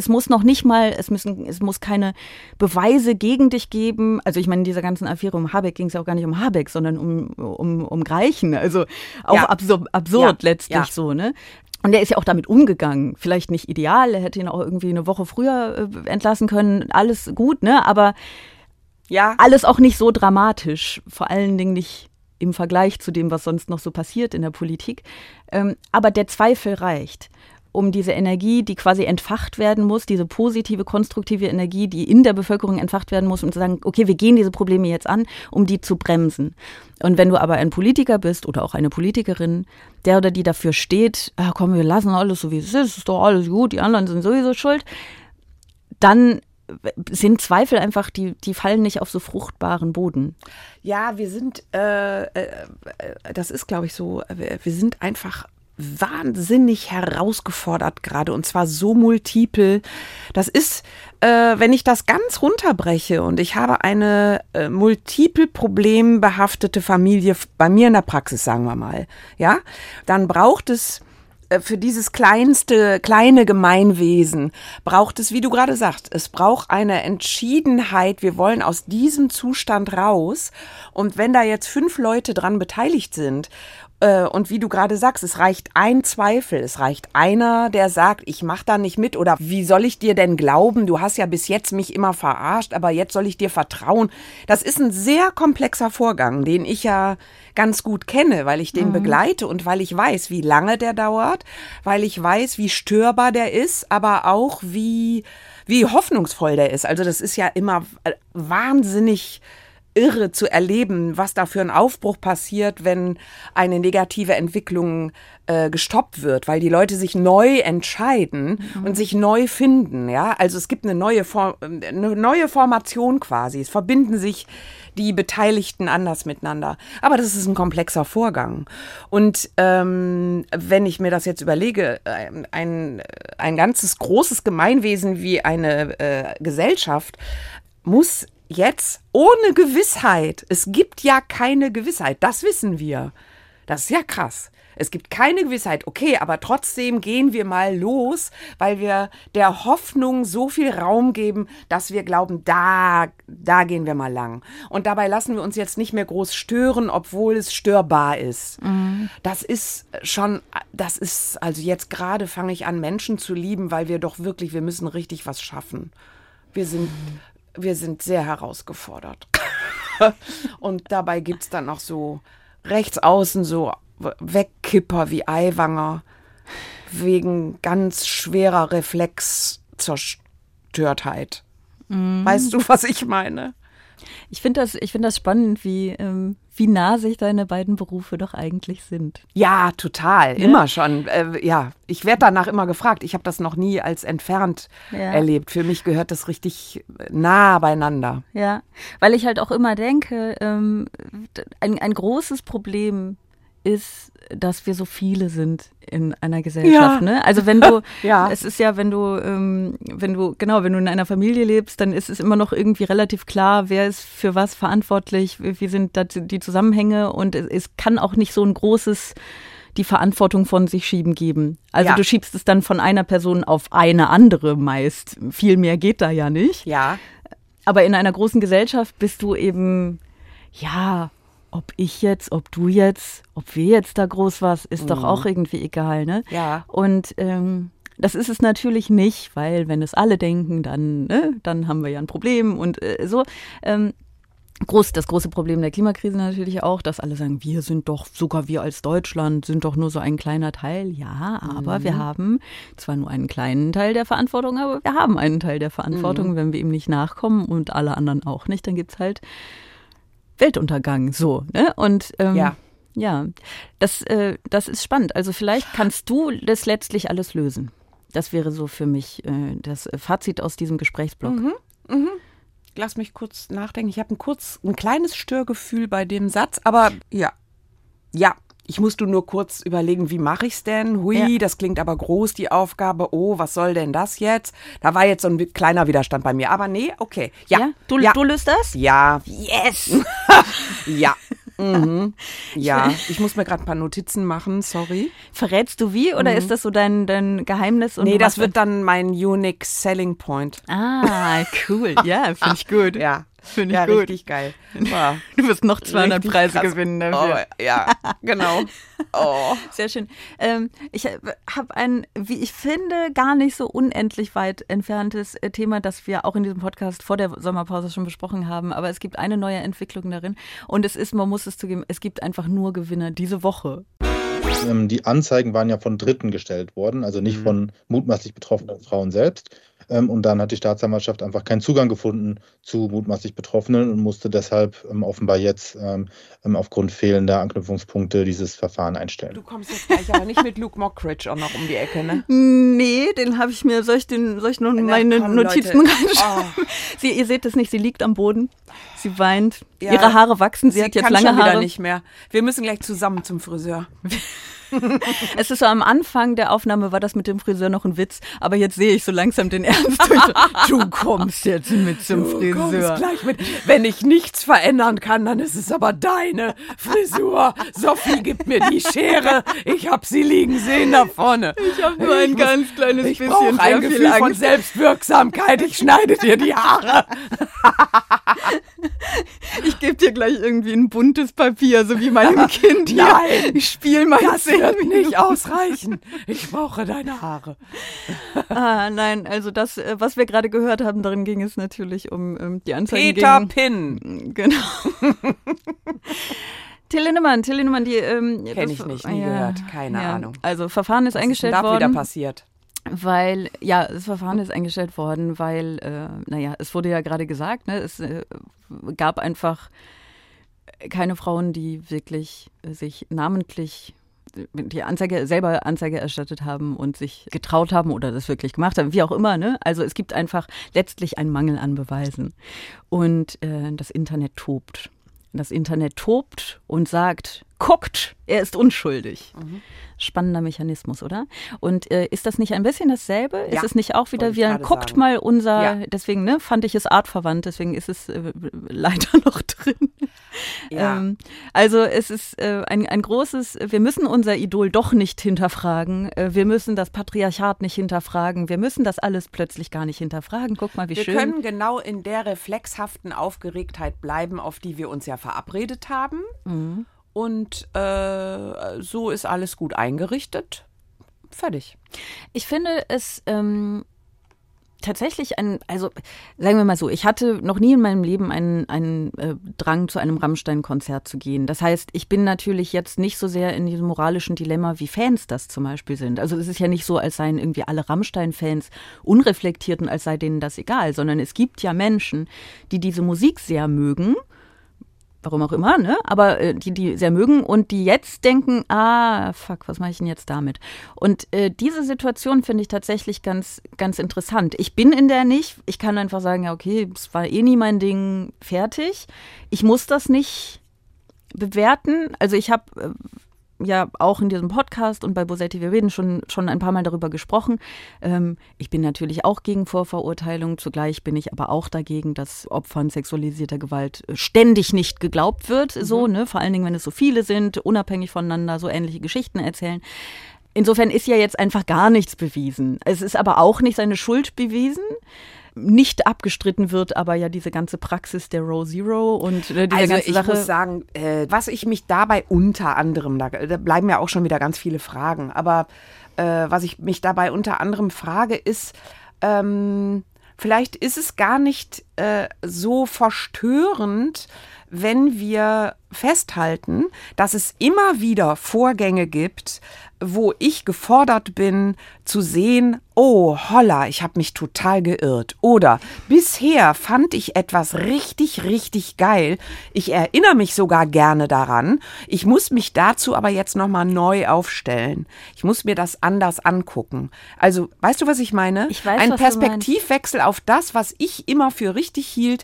keine Beweise gegen dich geben. Also ich meine, in dieser ganzen Affäre um Habeck ging es ja auch gar nicht um Habeck, sondern um Greichen. Also auch absurd letztlich so, ne? Und er ist ja auch damit umgegangen. Vielleicht nicht ideal, er hätte ihn auch irgendwie eine Woche früher entlassen können. Alles gut, ne? Aber alles auch nicht so dramatisch. Vor allen Dingen nicht im Vergleich zu dem, was sonst noch so passiert in der Politik. Aber der Zweifel reicht, um diese Energie, die quasi entfacht werden muss, diese positive, konstruktive Energie, die in der Bevölkerung entfacht werden muss, um zu sagen, okay, wir gehen diese Probleme jetzt an, um die zu bremsen. Und wenn du aber ein Politiker bist oder auch eine Politikerin, der oder die dafür steht, komm, wir lassen alles so, wie es ist doch alles gut, die anderen sind sowieso schuld, dann sind Zweifel einfach, die fallen nicht auf so fruchtbaren Boden. Ja, wir sind, das ist, glaube ich, so, wir sind einfach wahnsinnig herausgefordert gerade und zwar so multiple. Das ist, wenn ich das ganz runterbreche und ich habe eine multiple problembehaftete Familie bei mir in der Praxis, sagen wir mal, ja, dann braucht es für dieses kleine Gemeinwesen braucht es, wie du gerade sagst, es braucht eine Entschiedenheit, wir wollen aus diesem Zustand raus. Und wenn da jetzt 5 Leute dran beteiligt sind, und wie du gerade sagst, es reicht ein Zweifel, es reicht einer, der sagt, ich mach da nicht mit oder wie soll ich dir denn glauben, du hast ja bis jetzt mich immer verarscht, aber jetzt soll ich dir vertrauen. Das ist ein sehr komplexer Vorgang, den ich ja ganz gut kenne, weil ich den begleite und weil ich weiß, wie lange der dauert, weil ich weiß, wie störbar der ist, aber auch wie hoffnungsvoll der ist. Also das ist ja immer wahnsinnig irre zu erleben, was da für ein Aufbruch passiert, wenn eine negative Entwicklung gestoppt wird, weil die Leute sich neu entscheiden und sich neu finden. Ja, also es gibt eine neue Formation quasi. Es verbinden sich die Beteiligten anders miteinander. Aber das ist ein komplexer Vorgang. Und wenn ich mir das jetzt überlege, ein ganzes großes Gemeinwesen wie eine Gesellschaft muss jetzt ohne Gewissheit, es gibt ja keine Gewissheit, das wissen wir. Das ist ja krass. Es gibt keine Gewissheit. Okay, aber trotzdem gehen wir mal los, weil wir der Hoffnung so viel Raum geben, dass wir glauben, da gehen wir mal lang. Und dabei lassen wir uns jetzt nicht mehr groß stören, obwohl es störbar ist. Mhm. Also jetzt gerade fange ich an, Menschen zu lieben, weil wir müssen richtig was schaffen. Wir sind sehr herausgefordert. Und dabei gibt es dann noch so rechts außen so Wegkipper wie Aiwanger wegen ganz schwerer Reflexzerstörtheit. Weißt du, was ich meine? Ich finde das spannend, wie nah sich deine beiden Berufe doch eigentlich sind. Ja, total. Ja? Immer schon. Ich werde danach immer gefragt. Ich habe das noch nie als entfernt erlebt. Für mich gehört das richtig nah beieinander. Ja, weil ich halt auch immer denke, ein großes Problem ist, dass wir so viele sind in einer Gesellschaft, ne? Also wenn du, es ist ja, wenn du in einer Familie lebst, dann ist es immer noch irgendwie relativ klar, wer ist für was verantwortlich, wie sind da die Zusammenhänge und es kann auch nicht so ein großes die Verantwortung von sich schieben geben. Also du schiebst es dann von einer Person auf eine andere meist. Viel mehr geht da ja nicht. Ja. Aber in einer großen Gesellschaft bist du eben, ob ich jetzt, ob du jetzt, ob wir jetzt da groß was, ist doch auch irgendwie egal, ne? Ja. Und das ist es natürlich nicht, weil wenn es alle denken, dann haben wir ja ein Problem und so. Das große Problem der Klimakrise natürlich auch, dass alle sagen, sogar wir als Deutschland sind doch nur so ein kleiner Teil. Ja, aber wir haben zwar nur einen kleinen Teil der Verantwortung, aber wir haben einen Teil der Verantwortung. Wenn wir ihm nicht nachkommen und alle anderen auch nicht, dann gibt's halt Weltuntergang, so, ne? Und das ist spannend. Also vielleicht kannst du das letztlich alles lösen. Das wäre so für mich das Fazit aus diesem Gesprächsblock. Lass mich kurz nachdenken. Ich habe ein kleines Störgefühl bei dem Satz, aber ja, ich musste nur kurz überlegen, wie mache ich es denn? Hui, das klingt aber groß, die Aufgabe. Oh, was soll denn das jetzt? Da war jetzt so ein kleiner Widerstand bei mir. Aber nee, okay. Ja. Du löst das? Ja. Yes! Ja. Mhm. Ja, ich muss mir gerade ein paar Notizen machen, sorry. Verrätst du wie oder ist das so dein Geheimnis? Und nee, das wird dann mein Unique Selling Point. Ah, cool. Ja, finde ich gut. Ja. Finde ich gut. Richtig geil. Wow. Du wirst noch 200 Richtig Preise krass. gewinnen dafür. Oh, ja, genau. Oh. Sehr schön. Ich habe ein, wie ich finde, gar nicht so unendlich weit entferntes Thema, das wir auch in diesem Podcast vor der Sommerpause schon besprochen haben. Aber es gibt eine neue Entwicklung darin. Und es ist, man muss es zugeben, es gibt einfach nur Gewinner diese Woche. Die Anzeigen waren ja von Dritten gestellt worden, also nicht von mutmaßlich betroffenen Frauen selbst. Und dann hat die Staatsanwaltschaft einfach keinen Zugang gefunden zu mutmaßlich Betroffenen und musste deshalb offenbar jetzt aufgrund fehlender Anknüpfungspunkte dieses Verfahren einstellen. Du kommst jetzt gleich aber nicht mit Luke Mockridge auch noch um die Ecke, ne? Nee, den habe ich mir, soll ich noch in meine Notizen reinschreiben? Ihr seht es nicht, sie liegt am Boden, sie weint, ihre Haare wachsen, sie hat jetzt lange Haare. Wieder nicht mehr. Wir müssen gleich zusammen zum Friseur. Es ist so, am Anfang der Aufnahme war das mit dem Friseur noch ein Witz, aber jetzt sehe ich so langsam den Ernst. Du kommst jetzt mit zum Friseur. Du kommst gleich mit. Wenn ich nichts verändern kann, dann ist es aber deine Frisur. Sophie gibt mir die Schere. Ich habe sie liegen sehen da vorne. Ich habe nur ein ganz kleines bisschen. Ich brauche ein Gefühl von Selbstwirksamkeit. Ich schneide dir die Haare. Ich gebe dir gleich irgendwie ein buntes Papier, so wie meinem Kind hier. Nein, ich spiele mal das wird nicht ausreichen. Ich brauche deine Haare. Nein, also das, was wir gerade gehört haben, darin ging es natürlich um die Anzeigen Peter gegen... Pinn. Genau. Till Lindemann, die... Kenn ich nicht, nie gehört, keine Ahnung. Also Verfahren ist eingestellt worden. Was ist denn da wieder passiert? Weil, das Verfahren ist eingestellt worden, weil, es wurde ja gerade gesagt, ne, es gab einfach keine Frauen, die wirklich sich namentlich die selber Anzeige erstattet haben und sich getraut haben oder das wirklich gemacht haben, wie auch immer, ne? Also es gibt einfach letztlich einen Mangel an Beweisen. Und das Internet tobt. Das Internet tobt und sagt, guckt, er ist unschuldig. Spannender Mechanismus, oder? Und ist das nicht ein bisschen dasselbe? Ist es nicht auch wieder, wir guckt sagen. Mal unser, deswegen fand ich es artverwandt, deswegen ist es leider noch drin. Ja. Also es ist ein großes, wir müssen unser Idol doch nicht hinterfragen, wir müssen das Patriarchat nicht hinterfragen, wir müssen das alles plötzlich gar nicht hinterfragen. Guck mal, wie schön. Wir können genau in der reflexhaften Aufgeregtheit bleiben, auf die wir uns ja verabredet haben. Und so ist alles gut eingerichtet. Fertig. Ich finde es tatsächlich also sagen wir mal so, ich hatte noch nie in meinem Leben einen Drang, zu einem Rammstein-Konzert zu gehen. Das heißt, ich bin natürlich jetzt nicht so sehr in diesem moralischen Dilemma, wie Fans das zum Beispiel sind. Also es ist ja nicht so, als seien irgendwie alle Rammstein-Fans unreflektiert und als sei denen das egal, sondern es gibt ja Menschen, die diese Musik sehr mögen, warum auch immer, ne? Aber die sehr mögen und die jetzt denken, fuck, was mache ich denn jetzt damit? Und diese Situation finde ich tatsächlich ganz, ganz interessant. Ich bin in der nicht, ich kann einfach sagen, ja okay, es war nie mein Ding, fertig. Ich muss das nicht bewerten. Also ich habe ja auch in diesem Podcast und bei Bosetti, wir reden schon ein paar Mal darüber gesprochen. Ich bin natürlich auch gegen Vorverurteilung, zugleich bin ich aber auch dagegen, dass Opfern sexualisierter Gewalt ständig nicht geglaubt wird, so, ne? Vor allen Dingen, wenn es so viele sind, unabhängig voneinander, so ähnliche Geschichten erzählen. Insofern ist ja jetzt einfach gar nichts bewiesen. Es ist aber auch nicht seine Schuld bewiesen. Nicht abgestritten wird, aber ja diese ganze Praxis der Row Zero und diese ganze Sache. Ich muss sagen, was ich mich dabei unter anderem, da bleiben ja auch schon wieder ganz viele Fragen, aber was ich mich dabei unter anderem frage, ist, vielleicht ist es gar nicht so verstörend, wenn wir festhalten, dass es immer wieder Vorgänge gibt, wo ich gefordert bin zu sehen, oh holla, ich habe mich total geirrt. Oder bisher fand ich etwas richtig, richtig geil. Ich erinnere mich sogar gerne daran. Ich muss mich dazu aber jetzt nochmal neu aufstellen. Ich muss mir das anders angucken. Also, weißt du, was ich meine? Ich weiß, ein was Perspektivwechsel auf das, was ich immer für richtig hielt.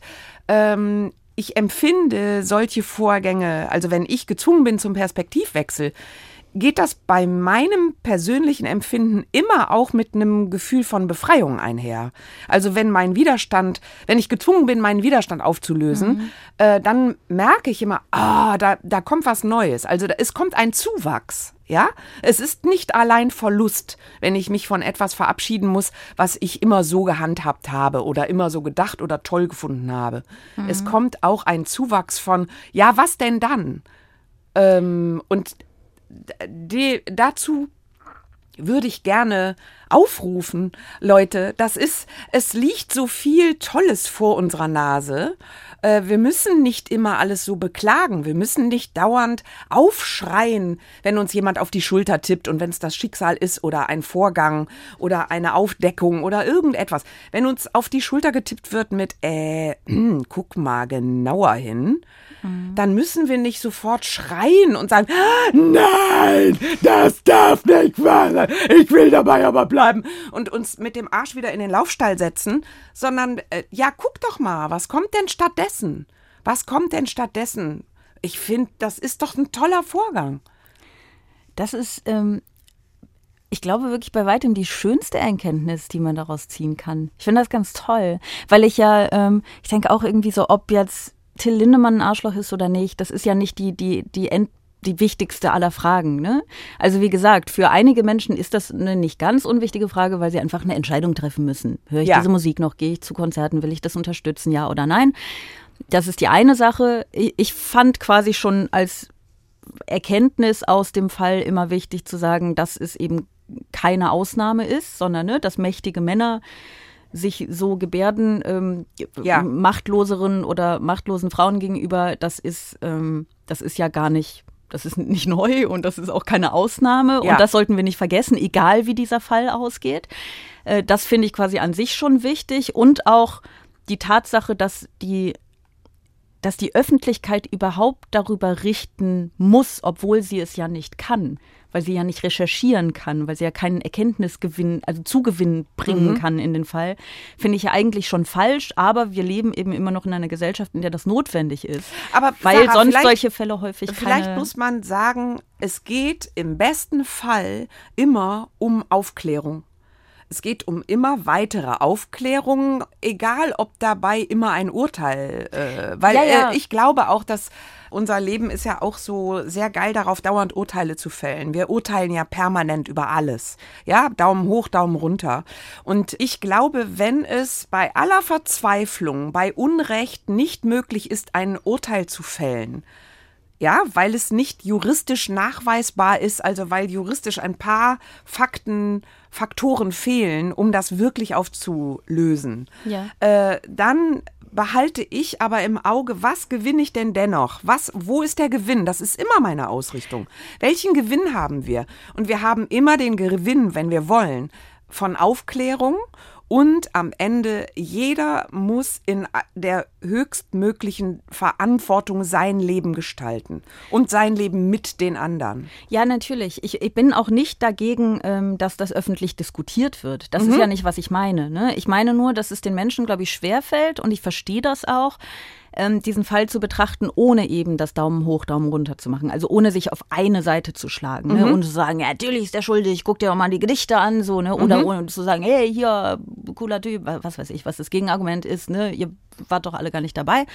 Ich empfinde solche Vorgänge, also wenn ich gezwungen bin zum Perspektivwechsel, geht das bei meinem persönlichen Empfinden immer auch mit einem Gefühl von Befreiung einher. Also wenn ich gezwungen bin, meinen Widerstand aufzulösen, dann merke ich immer, da kommt was Neues. Also es kommt ein Zuwachs. Ja, es ist nicht allein Verlust, wenn ich mich von etwas verabschieden muss, was ich immer so gehandhabt habe oder immer so gedacht oder toll gefunden habe. Es kommt auch ein Zuwachs von, ja, was denn dann? Und dazu würde ich gerne aufrufen, Leute, es liegt so viel Tolles vor unserer Nase. Wir müssen nicht immer alles so beklagen. Wir müssen nicht dauernd aufschreien, wenn uns jemand auf die Schulter tippt und wenn es das Schicksal ist oder ein Vorgang oder eine Aufdeckung oder irgendetwas. Wenn uns auf die Schulter getippt wird mit, guck mal genauer hin, dann müssen wir nicht sofort schreien und sagen, nein, das darf nicht wahr sein, ich will dabei aber bleiben und uns mit dem Arsch wieder in den Laufstall setzen, sondern, guck doch mal, was kommt denn stattdessen? Was kommt denn stattdessen? Ich finde, das ist doch ein toller Vorgang. Das ist, ich glaube wirklich bei weitem die schönste Erkenntnis, die man daraus ziehen kann. Ich finde das ganz toll, weil ich denke auch irgendwie so, ob jetzt Till Lindemann ein Arschloch ist oder nicht, das ist ja nicht die wichtigste aller Fragen. Ne? Also wie gesagt, für einige Menschen ist das eine nicht ganz unwichtige Frage, weil sie einfach eine Entscheidung treffen müssen. Höre ich diese Musik noch? Gehe ich zu Konzerten? Will ich das unterstützen? Ja oder nein? Das ist die eine Sache. Ich fand quasi schon als Erkenntnis aus dem Fall immer wichtig zu sagen, dass es eben keine Ausnahme ist, sondern dass mächtige Männer sich so gebärden, machtloseren oder machtlosen Frauen gegenüber, das ist ja gar nicht, das ist nicht neu und das ist auch keine Ausnahme und das sollten wir nicht vergessen, egal wie dieser Fall ausgeht. Das finde ich quasi an sich schon wichtig und auch die Tatsache, dass die Öffentlichkeit überhaupt darüber richten muss, obwohl sie es ja nicht kann. weil sie ja nicht recherchieren kann, weil sie ja keinen Erkenntnisgewinn, also Zugewinn bringen kann in den Fall, finde ich ja eigentlich schon falsch, aber wir leben eben immer noch in einer Gesellschaft, in der das notwendig ist. Aber weil Sarah, sonst solche Fälle häufig Vielleicht muss man sagen, es geht im besten Fall immer um Aufklärung. Es geht um immer weitere Aufklärung, egal ob dabei immer ein Urteil, weil ich glaube auch, dass unser Leben ist ja auch so sehr geil darauf, dauernd Urteile zu fällen. Wir urteilen ja permanent über alles. Ja, Daumen hoch, Daumen runter. Und ich glaube, wenn es bei aller Verzweiflung, bei Unrecht nicht möglich ist, ein Urteil zu fällen, ja, weil es nicht juristisch nachweisbar ist, also weil juristisch ein paar Faktoren fehlen, um das wirklich aufzulösen. Ja. Dann behalte ich aber im Auge, was gewinne ich denn dennoch? Wo ist der Gewinn? Das ist immer meine Ausrichtung. Welchen Gewinn haben wir? Und wir haben immer den Gewinn, wenn wir wollen, von Aufklärung. Und am Ende, jeder muss in der höchstmöglichen Verantwortung sein Leben gestalten und sein Leben mit den anderen. Ja, natürlich. Ich bin auch nicht dagegen, dass das öffentlich diskutiert wird. Das ist ja nicht, was ich meine. Ne? Ich meine nur, dass es den Menschen, glaube ich, schwerfällt und ich verstehe das auch, diesen Fall zu betrachten, ohne eben das Daumen hoch, Daumen runter zu machen. Also ohne sich auf eine Seite zu schlagen. Ne? Und zu sagen, ja, natürlich ist der schuldig, guck dir doch mal die Gedichte an. So, ne? Oder ohne zu sagen, hey, hier, cooler Typ, was weiß ich, was das Gegenargument ist. Ne? Ihr wart doch alle gar nicht dabei.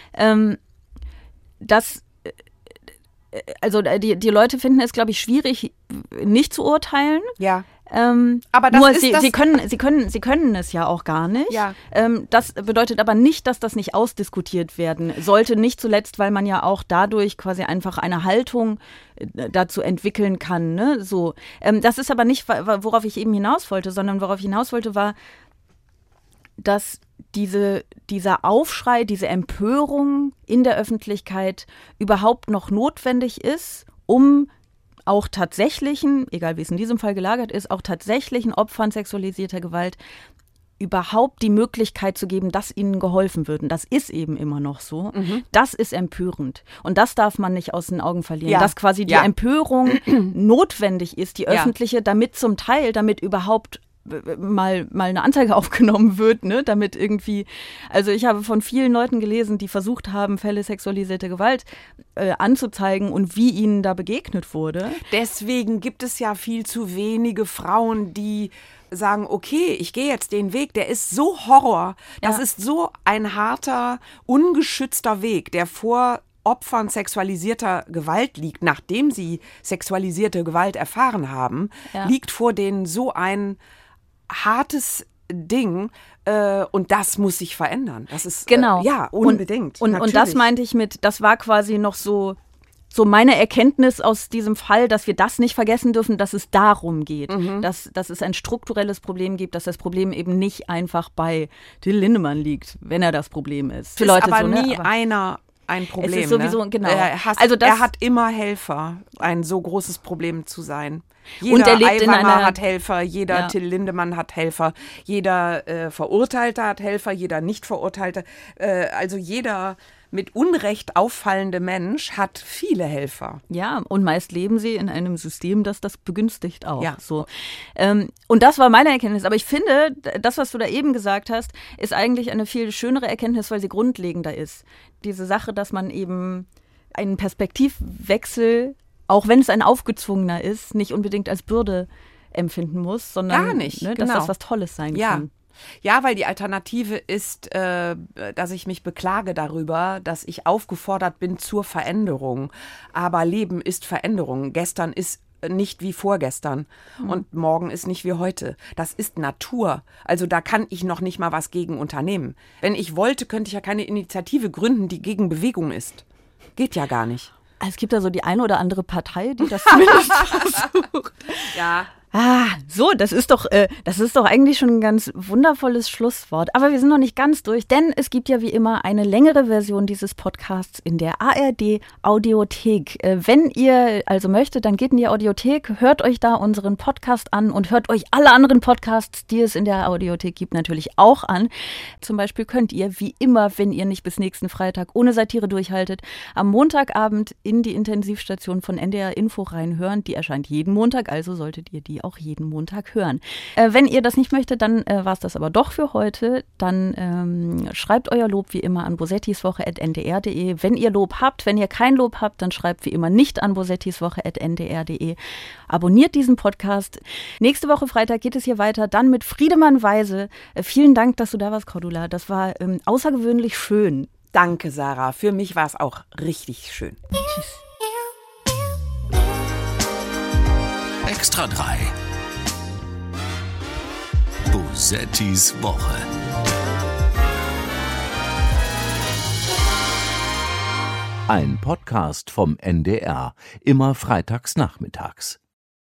Also die Leute finden es, glaube ich, schwierig, nicht zu urteilen. Ja. Aber das nur ist sie können es ja auch gar nicht. Ja. Das bedeutet aber nicht, dass das nicht ausdiskutiert werden sollte. Nicht zuletzt, weil man ja auch dadurch quasi einfach eine Haltung dazu entwickeln kann. Ne? So, das ist aber nicht, worauf ich eben hinaus wollte, sondern worauf ich hinaus wollte, war, dass dieser Aufschrei, diese Empörung in der Öffentlichkeit überhaupt noch notwendig ist, um auch tatsächlichen, egal wie es in diesem Fall gelagert ist, auch tatsächlichen Opfern sexualisierter Gewalt überhaupt die Möglichkeit zu geben, dass ihnen geholfen wird. Und das ist eben immer noch so. Das ist empörend. Und das darf man nicht aus den Augen verlieren. Ja. Dass quasi die Empörung notwendig ist, die öffentliche, damit überhaupt mal eine Anzeige aufgenommen wird, ne, damit irgendwie, also ich habe von vielen Leuten gelesen, die versucht haben, Fälle sexualisierter Gewalt anzuzeigen und wie ihnen da begegnet wurde. Deswegen gibt es ja viel zu wenige Frauen, die sagen, okay, ich gehe jetzt den Weg, der ist so Horror, das ist so ein harter, ungeschützter Weg, der vor Opfern sexualisierter Gewalt liegt, nachdem sie sexualisierte Gewalt erfahren haben, liegt vor denen so ein hartes Ding und das muss sich verändern. Das ist genau. Unbedingt. Und das meinte ich mit, das war quasi noch so meine Erkenntnis aus diesem Fall, dass wir das nicht vergessen dürfen, dass es darum geht, dass es ein strukturelles Problem gibt, dass das Problem eben nicht einfach bei Till Lindemann liegt, wenn er das Problem ist. Für Leute aber so, nie einer ein Problem. Es ist sowieso, genau. Er hat immer Helfer, ein so großes Problem zu sein. Jeder und er lebt Aiwanger hat Helfer, jeder Till Lindemann hat Helfer, jeder Verurteilte hat Helfer, jeder Nicht-Verurteilte, also jeder mit Unrecht auffallende Mensch hat viele Helfer. Ja, und meist leben sie in einem System, das begünstigt auch. Ja. So. Und das war meine Erkenntnis. Aber ich finde, das, was du da eben gesagt hast, ist eigentlich eine viel schönere Erkenntnis, weil sie grundlegender ist. Diese Sache, dass man eben einen Perspektivwechsel, auch wenn es ein aufgezwungener ist, nicht unbedingt als Bürde empfinden muss, sondern gar nicht, dass das was Tolles sein kann. Ja, weil die Alternative ist, dass ich mich beklage darüber, dass ich aufgefordert bin zur Veränderung. Aber Leben ist Veränderung. Gestern ist nicht wie vorgestern und morgen ist nicht wie heute. Das ist Natur. Also da kann ich noch nicht mal was gegen unternehmen. Wenn ich wollte, könnte ich ja keine Initiative gründen, die gegen Bewegung ist. Geht ja gar nicht. Es gibt da so die eine oder andere Partei, die das zumindest versucht. Ja. So, das ist doch eigentlich schon ein ganz wundervolles Schlusswort. Aber wir sind noch nicht ganz durch, denn es gibt ja wie immer eine längere Version dieses Podcasts in der ARD Audiothek. Wenn ihr also möchtet, dann geht in die Audiothek, hört euch da unseren Podcast an und hört euch alle anderen Podcasts, die es in der Audiothek gibt, natürlich auch an. Zum Beispiel könnt ihr wie immer, wenn ihr nicht bis nächsten Freitag ohne Satire durchhaltet, am Montagabend in die Intensivstation von NDR Info reinhören. Die erscheint jeden Montag, also solltet ihr die auch jeden Montag hören. Wenn ihr das nicht möchtet, dann war es das aber doch für heute. Dann schreibt euer Lob wie immer an bosettiswoche@ndr.de. Wenn ihr Lob habt, wenn ihr kein Lob habt, dann schreibt wie immer nicht an bosettiswoche@ndr.de. Abonniert diesen Podcast. Nächste Woche Freitag geht es hier weiter, dann mit Friedemann Weise. Vielen Dank, dass du da warst, Cordula. Das war außergewöhnlich schön. Danke, Sarah. Für mich war es auch richtig schön. Tschüss. Extra 3. Bosettis Woche. Ein Podcast vom NDR, immer freitags nachmittags.